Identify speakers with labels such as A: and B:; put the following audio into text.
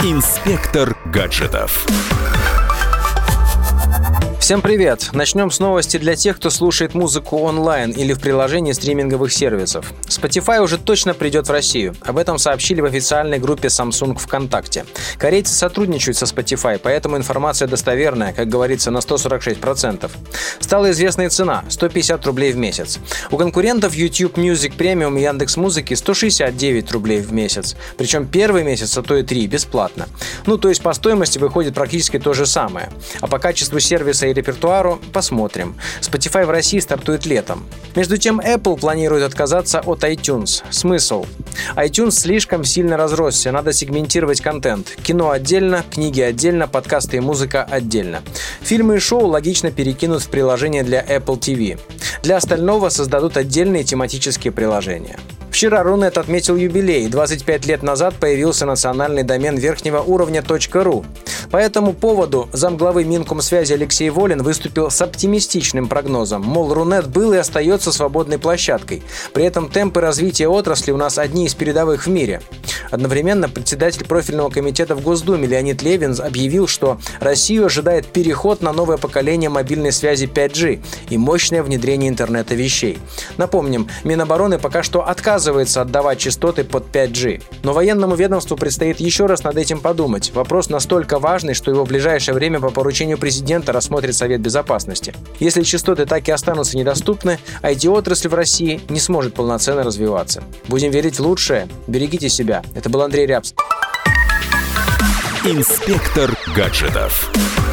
A: Инспектор гаджетов.
B: Всем привет! Начнем с новости для тех, кто слушает музыку онлайн или в приложении стриминговых сервисов. Spotify уже точно придет в Россию. Об этом сообщили в официальной группе Samsung ВКонтакте. Корейцы сотрудничают со Spotify, поэтому информация достоверная, как говорится, на 146%. Стала известна и цена – 150 рублей в месяц. У конкурентов YouTube Music Premium и Яндекс.Музыки 169 рублей в месяц. Причем первый месяц, а то и 3, бесплатно. То есть по стоимости выходит практически то же самое. А по качеству сервиса и репертуару посмотрим. Spotify в России стартует летом. Между тем, Apple планирует отказаться от iTunes. Смысл? iTunes слишком сильно разросся, надо сегментировать контент. Кино отдельно, книги отдельно, подкасты и музыка отдельно. Фильмы и шоу логично перекинут в приложение для Apple TV. Для остального создадут отдельные тематические приложения. Вчера Рунет отметил юбилей. 25 лет назад появился национальный домен верхнего уровня .ru. По этому поводу замглавы Минкомсвязи Алексей Волин выступил с оптимистичным прогнозом. Мол, Рунет был и остается свободной площадкой. При этом темпы развития отрасли у нас одни из передовых в мире. Одновременно председатель профильного комитета в Госдуме Леонид Левин объявил, что Россию ожидает переход на новое поколение мобильной связи 5G и мощное внедрение интернета вещей. Напомним, Минобороны пока что отказывается отдавать частоты под 5G. Но военному ведомству предстоит еще раз над этим подумать. Вопрос настолько важный, что его в ближайшее время по поручению президента рассмотрит Совет Безопасности. Если частоты так и останутся недоступны, IT-отрасль в России не сможет полноценно развиваться. Будем верить в лучшее. Берегите себя. Это был Андрей Рябс.
A: Инспектор гаджетов.